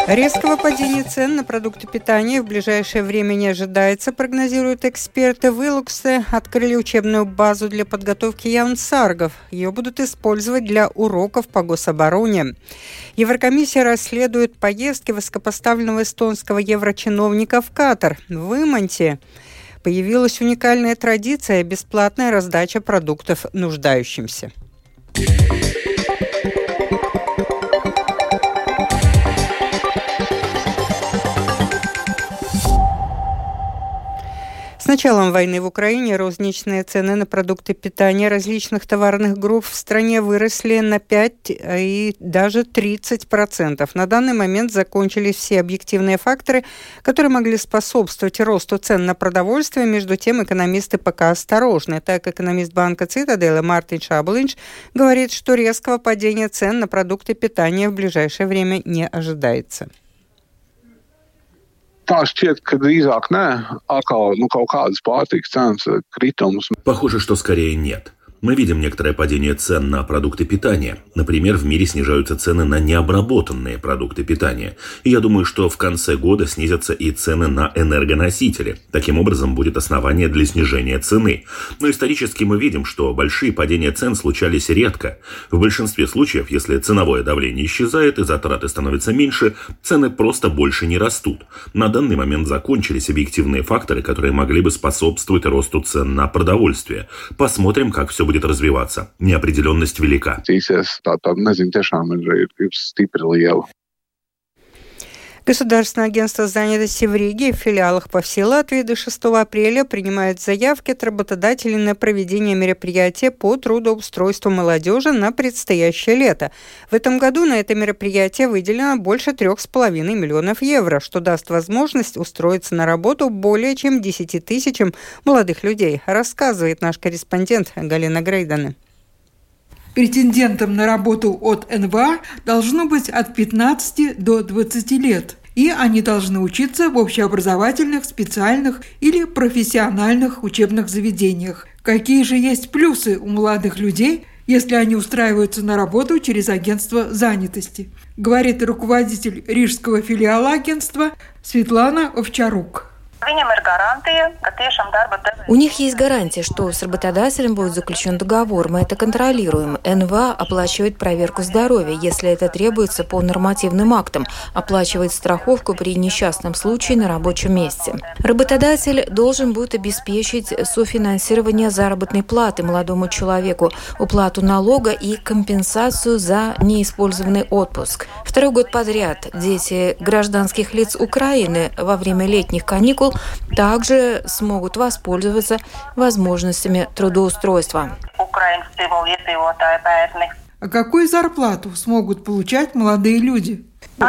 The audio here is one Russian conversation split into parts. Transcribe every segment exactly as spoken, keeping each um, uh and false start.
Резкого падения цен на продукты питания в ближайшее время не ожидается, прогнозируют эксперты. В Илуксе открыли учебную базу для подготовки яунсаргов. Ее будут использовать для уроков по гособороне. Еврокомиссия расследует поездки высокопоставленного эстонского еврочиновника в Катар. В Иманте появилась уникальная традиция – бесплатная раздача продуктов нуждающимся. С началом войны в Украине розничные цены на продукты питания различных товарных групп в стране выросли на пять и даже тридцать процентов. На данный момент закончились все объективные факторы, которые могли способствовать росту цен на продовольствие. Между тем, экономисты пока осторожны. Так, экономист банка Цитадель Мартин Шабулинш говорит, что резкого падения цен на продукты питания в ближайшее время не ожидается. Tā šķiet, ka drīzāk nē, atkal nu, kaut kādas pārtikas cenas kritums. Похоже, что скорее нет. Мы видим некоторое падение цен на продукты питания. Например, в мире снижаются цены на необработанные продукты питания. И я думаю, что в конце года снизятся и цены на энергоносители. Таким образом, будет основание для снижения цены. Но исторически мы видим, что большие падения цен случались редко. В большинстве случаев, если ценовое давление исчезает и затраты становятся меньше, цены просто больше не растут. На данный момент закончились объективные факторы, которые могли бы способствовать росту цен на продовольствие. Посмотрим, как все будет развиваться. Неопределенность велика. Государственное агентство занятости в Риге в филиалах по всей Латвии до шестого апреля принимает заявки от работодателей на проведение мероприятия по трудоустройству молодежи на предстоящее лето. В этом году на это мероприятие выделено больше трех с половиной миллионов евро, что даст возможность устроиться на работу более чем десяти тысячам молодых людей, рассказывает наш корреспондент Галина Грейдене. Претендентам на работу от эн вэ а должно быть от пятнадцати до двадцати лет, и они должны учиться в общеобразовательных, специальных или профессиональных учебных заведениях. Какие же есть плюсы у молодых людей, если они устраиваются на работу через агентство занятости, говорит руководитель рижского филиала агентства Светлана Овчарук. У них есть гарантия, что с работодателем будет заключен договор. Мы это контролируем. эн вэ а оплачивает проверку здоровья, если это требуется по нормативным актам, оплачивает страховку при несчастном случае на рабочем месте. Работодатель должен будет обеспечить софинансирование заработной платы молодому человеку, уплату налога и компенсацию за неиспользованный отпуск. Второй год подряд дети гражданских лиц Украины во время летних каникул также смогут воспользоваться возможностями трудоустройства. А какую зарплату смогут получать молодые люди?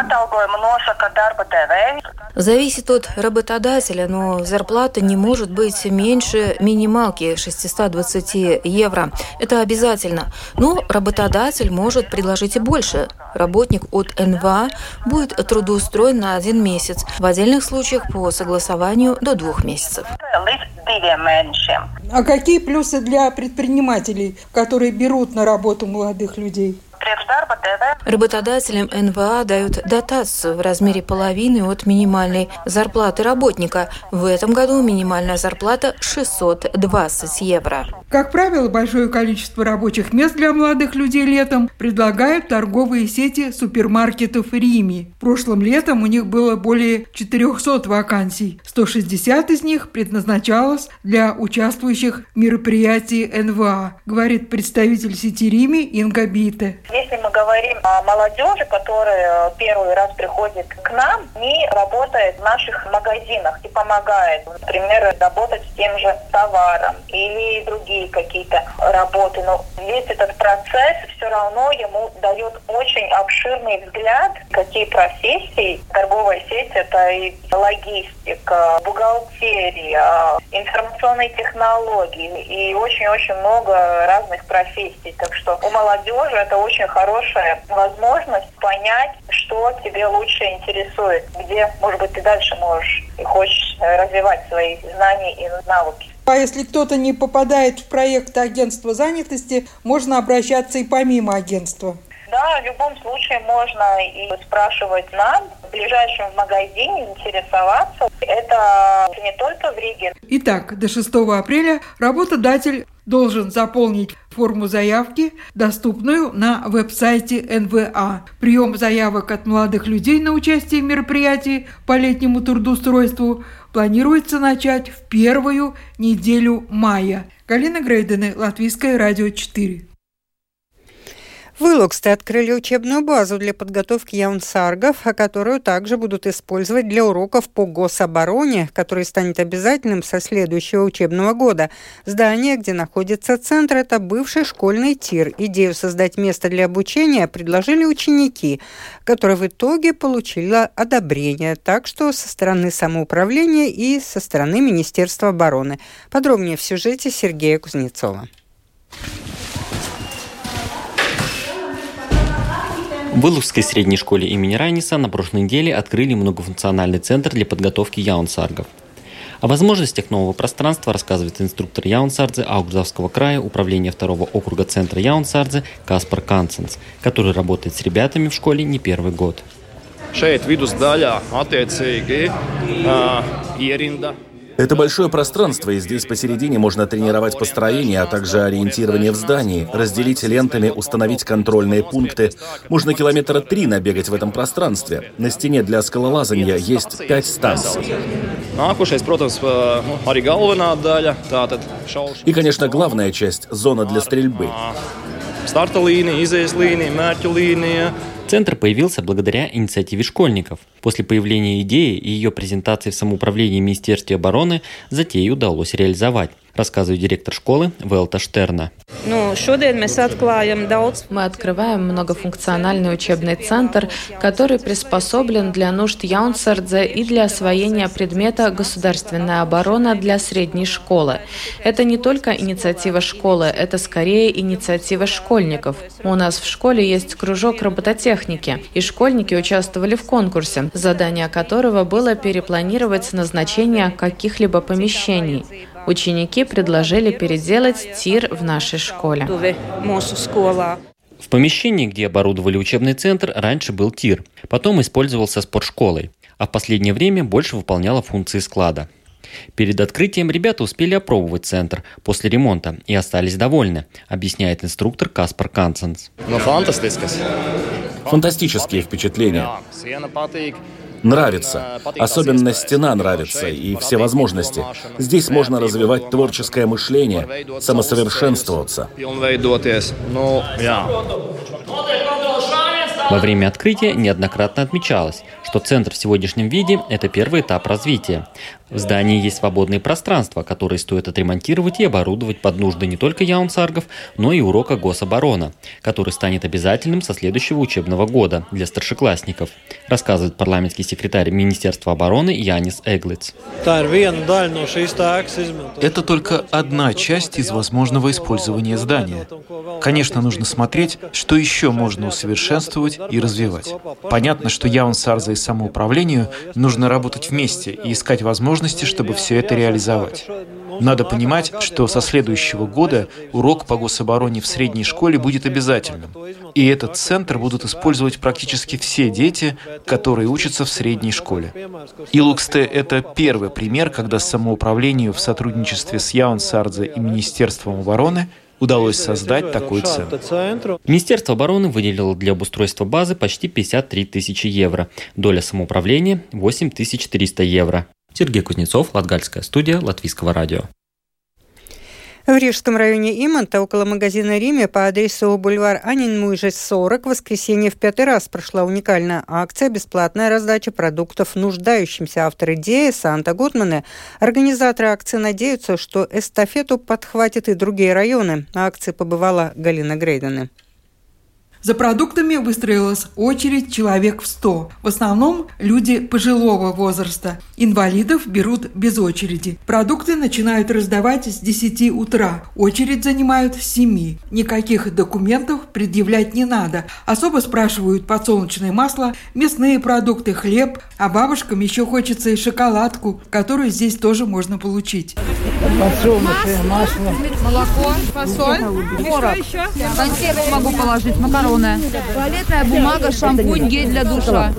Зависит от работодателя, но зарплата не может быть меньше минималки шестьсот двадцать евро. Это обязательно. Но работодатель может предложить и больше. Работник от эн вэ а будет трудоустроен на один месяц. В отдельных случаях по согласованию до двух месяцев. А какие плюсы для предпринимателей, которые берут на работу молодых людей? Работодателям эн вэ а дают дотацию в размере половины от минимальной зарплаты работника. В этом году минимальная зарплата шестьсот двадцать евро. Как правило, большое количество рабочих мест для молодых людей летом предлагают торговые сети супермаркетов Рими. Прошлым летом у них было более четырехсот вакансий. сто шестьдесят из них предназначалось для участвующих в мероприятии эн вэ а, говорит представитель сети Рими Инга Бите. Если мы говорим о молодежи, которая первый раз приходит к нам, они работают в наших магазинах и помогают, например, работать с тем же товаром или другие какие-то работы. Но весь этот процесс все равно ему дает очень обширный взгляд, какие профессии. Торговая сеть – это и логистика, бухгалтерия, информационные технологии и очень-очень много разных профессий. Так что у молодежи это очень хорошая возможность понять, что тебе лучше интересует, где, может быть, ты дальше можешь и хочешь развивать свои знания и навыки. А если кто-то не попадает в проект агентства занятости, можно обращаться и помимо агентства? Да, в любом случае можно и спрашивать нам, в ближайшем магазине, интересоваться. Это не только в Риге. Итак, до шестого апреля работодатель должен заполнить форму заявки, доступную на веб-сайте эн вэ а. Прием заявок от молодых людей на участие в мероприятии по летнему трудоустройству планируется начать в первую неделю мая. Галина Грейдене, Латвийское радио четыре. В Илоксте открыли учебную базу для подготовки яунсаргов, которую также будут использовать для уроков по гособороне, который станет обязательным со следующего учебного года. Здание, где находится центр, это бывший школьный тир. Идею создать место для обучения предложили ученики, которое в итоге получило одобрение, так что со стороны самоуправления и со стороны Министерства обороны. Подробнее в сюжете Сергея Кузнецова. В Илокской средней школе имени Райниса на прошлой неделе открыли многофункциональный центр для подготовки яунсаргов. О возможностях нового пространства рассказывает инструктор Яунсардзе Аугавского края управления второго округа центра Яунсардзе Каспар Канценс, который работает с ребятами в школе не первый год. Это большое пространство, и здесь посередине можно тренировать построение, а также ориентирование в здании, разделить лентами, установить контрольные пункты. Можно километра три набегать в этом пространстве. На стене для скалолазания есть пять станций. И, конечно, главная часть – зона для стрельбы. Центр появился благодаря инициативе школьников. После появления идеи и ее презентации в самоуправлении Министерства обороны затею удалось реализовать, рассказывает директор школы Велта Штерна. Мы открываем многофункциональный учебный центр, который приспособлен для нужд Яунсардзе и для освоения предмета «Государственная оборона» для средней школы. Это не только инициатива школы, это скорее инициатива школьников. У нас в школе есть кружок робототехники, и школьники участвовали в конкурсе, задание которого было перепланировать назначение каких-либо помещений. Ученики предложили переделать тир в нашей школе. В помещении, где оборудовали учебный центр, раньше был тир. Потом использовался спортшколой, а в последнее время больше выполняла функции склада. Перед открытием ребята успели опробовать центр после ремонта и остались довольны, объясняет инструктор Каспар Канценс. Фантастические впечатления. Нравится. Особенно стена нравится и все возможности. Здесь можно развивать творческое мышление, самосовершенствоваться. Во время открытия неоднократно отмечалось, что центр в сегодняшнем виде – это первый этап развития. В здании есть свободные пространства, которые стоит отремонтировать и оборудовать под нужды не только яунсаргов, но и урока гособорона, который станет обязательным со следующего учебного года для старшеклассников, рассказывает парламентский секретарь Министерства обороны Янис Эглиц. Это только одна часть из возможного использования здания. Конечно, нужно смотреть, что еще можно усовершенствовать и развивать. Понятно, что Яунсардзе и самоуправлению нужно работать вместе и искать возможности, чтобы все это реализовать. Надо понимать, что со следующего года урок по гособороне в средней школе будет обязательным. И этот центр будут использовать практически все дети, которые учатся в средней школе. Илоксте – это первый пример, когда самоуправлению в сотрудничестве с Яунсардзе и Министерством обороны удалось создать такой центр. Министерство обороны выделило для обустройства базы почти пятьдесят три тысячи евро. Доля самоуправления – восемь тысяч триста евро. Сергей Кузнецов, Латгальская студия, Латвийского радио. В Рижском районе Иманта, около магазина «Риме» по адресу бульвар Анин-Муйжес, сорок, в воскресенье в пятый раз прошла уникальная акция «Бесплатная раздача продуктов нуждающимся». Автор идеи Санта Гутмане. Организаторы акции надеются, что эстафету подхватят и другие районы. На акции побывала Галина Грейдене. За продуктами выстроилась очередь человек в сто. В основном люди пожилого возраста. Инвалидов берут без очереди. Продукты начинают раздавать с десяти утра. Очередь занимают с семи. Никаких документов предъявлять не надо. Особо спрашивают подсолнечное масло, мясные продукты, хлеб. А бабушкам еще хочется и шоколадку, которую здесь тоже можно получить. Подсолнечное масло, молоко, фасоль, творог. Консервы могу положить, макароны. Мароне. Туалетная бумага, шампунь, гель для душа.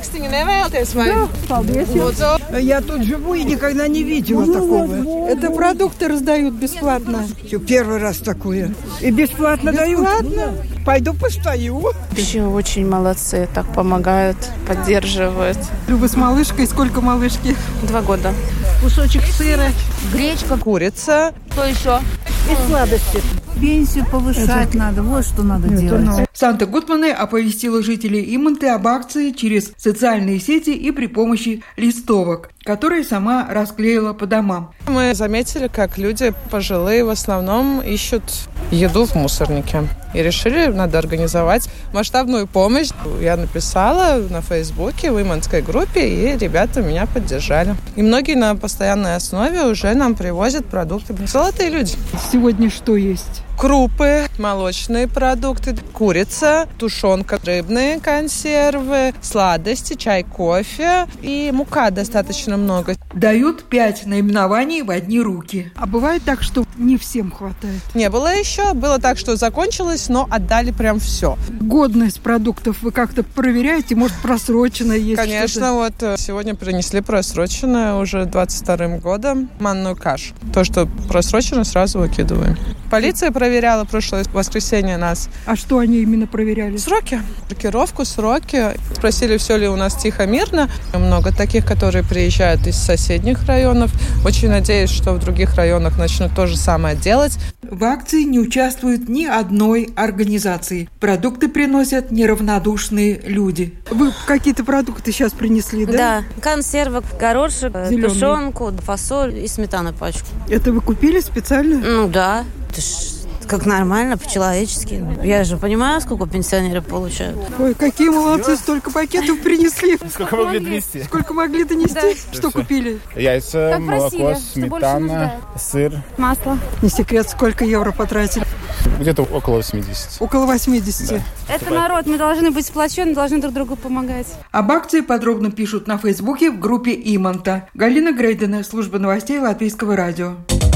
Я тут живу и никогда не видела такого. Это продукты раздают бесплатно. Первый раз такое. И бесплатно, бесплатно? дают? Пойду постою. Вообще очень молодцы, так помогают, поддерживают. Люба с малышкой. Сколько малышки? Два года. Кусочек сыра. Гречка. Курица. Что еще? И сладости. Пенсию повышать это... надо, вот что надо это делать. Но... Санта-Гутмане оповестила жителей Иманты об акции через социальные сети и при помощи листовок, которые сама расклеила по домам. Мы заметили, как люди пожилые в основном ищут еду в мусорнике. И решили, надо организовать масштабную помощь. Я написала на Фейсбуке в иманской группе, и ребята меня поддержали. И многие на постоянной основе уже нам привозят продукты. Золотые люди. Сегодня что есть? Крупы, молочные продукты, курица, тушенка, рыбные консервы, сладости, чай, кофе и мука достаточно много. Дают пять наименований в одни руки. А бывает так, что не всем хватает? Не было еще. Было так, что закончилось, но отдали прям все. Годность продуктов вы как-то проверяете? Может, просроченное есть? Конечно, что-то? Вот сегодня принесли просроченное уже двадцать вторым годом манную кашу. То, что просрочено, сразу выкидываем. Полиция проверяла прошлое воскресенье нас. А что они именно проверяли? Сроки. Маркировку, сроки. Спросили, все ли у нас тихо, мирно. Много таких, которые приезжают из соседних районов. Очень надеюсь, что в других районах начнут то же самое делать. В акции не участвует ни одной организации. Продукты приносят неравнодушные люди. Вы какие-то продукты сейчас принесли, да? Да. Консервы, горошек, Зеленый. Тушенку, фасоль и сметану пачку. Это вы купили специально? Ну да. Это ж как нормально, по-человечески. Я же понимаю, сколько пенсионеры получают. Ой, какие молодцы, столько пакетов принесли. Сколько могли донести? Сколько могли донести? Да. Что купили? Яйца, молоко, сметана, сыр. Масло. Не секрет, сколько евро потратили? Где-то около восьмидесяти. Около восьмидесяти. Да. Это народ, мы должны быть сплочены, должны друг другу помогать. Об акции подробно пишут на Фейсбуке в группе Иманта. Галина Грейдена, служба новостей Латвийского радио.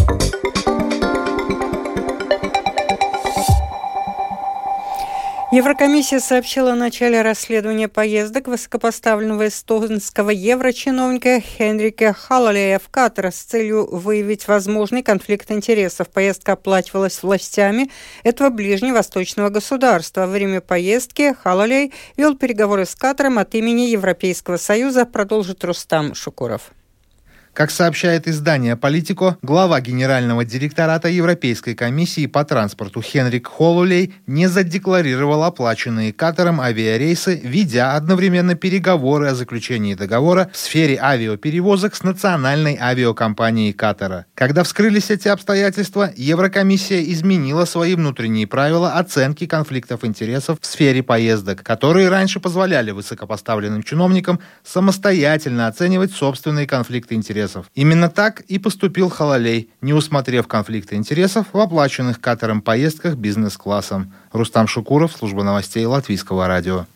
Еврокомиссия сообщила о начале расследования поездок высокопоставленного эстонского еврочиновника Хенрика Хололея в Катар с целью выявить возможный конфликт интересов. Поездка оплачивалась властями этого ближневосточного государства. Во время поездки Хололей вел переговоры с Катаром от имени Европейского Союза, продолжит Рустам Шукуров. Как сообщает издание «Политико», глава Генерального директората Европейской комиссии по транспорту Хенрик Хололей не задекларировал оплаченные Катаром авиарейсы, ведя одновременно переговоры о заключении договора в сфере авиаперевозок с национальной авиакомпанией Катара. Когда вскрылись эти обстоятельства, Еврокомиссия изменила свои внутренние правила оценки конфликтов интересов в сфере поездок, которые раньше позволяли высокопоставленным чиновникам самостоятельно оценивать собственные конфликты интересов. Именно так и поступил Хололей, не усмотрев конфликта интересов в оплаченных Катаром поездках бизнес-классом. Рустам Шукуров, служба новостей Латвийского радио.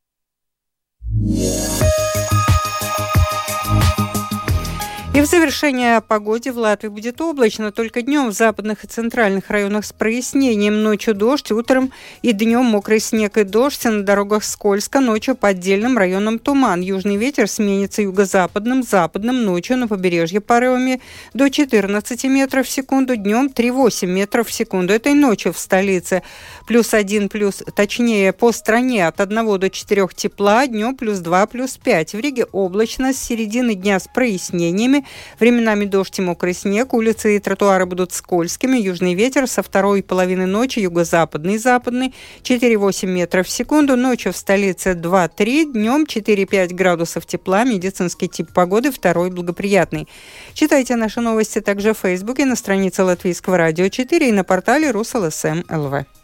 И в завершение о погоде в Латвии будет облачно, только днем в западных и центральных районах с прояснением. Ночью дождь, утром и днем мокрый снег и дождь, на дорогах скользко, ночью по отдельным районам туман. Южный ветер сменится юго-западным, западным, ночью на побережье порывами до четырнадцати метров в секунду, днем три-восемь метров в секунду. Этой ночью в столице плюс один, плюс, точнее, по стране от одного до четырех тепла, днем плюс два, плюс пять. В Риге облачно, с середины дня с прояснениями. Временами дождь и мокрый снег, улицы и тротуары будут скользкими, южный ветер со второй половины ночи, юго-западный, западный, четыре-восемь метров в секунду, ночью в столице два-три, днем четыре-пять градусов тепла, медицинский тип погоды второй благоприятный. Читайте наши новости также в Фейсбуке, на странице Латвийского радио четыре и на портале Рус эл эс эм точка эл ви.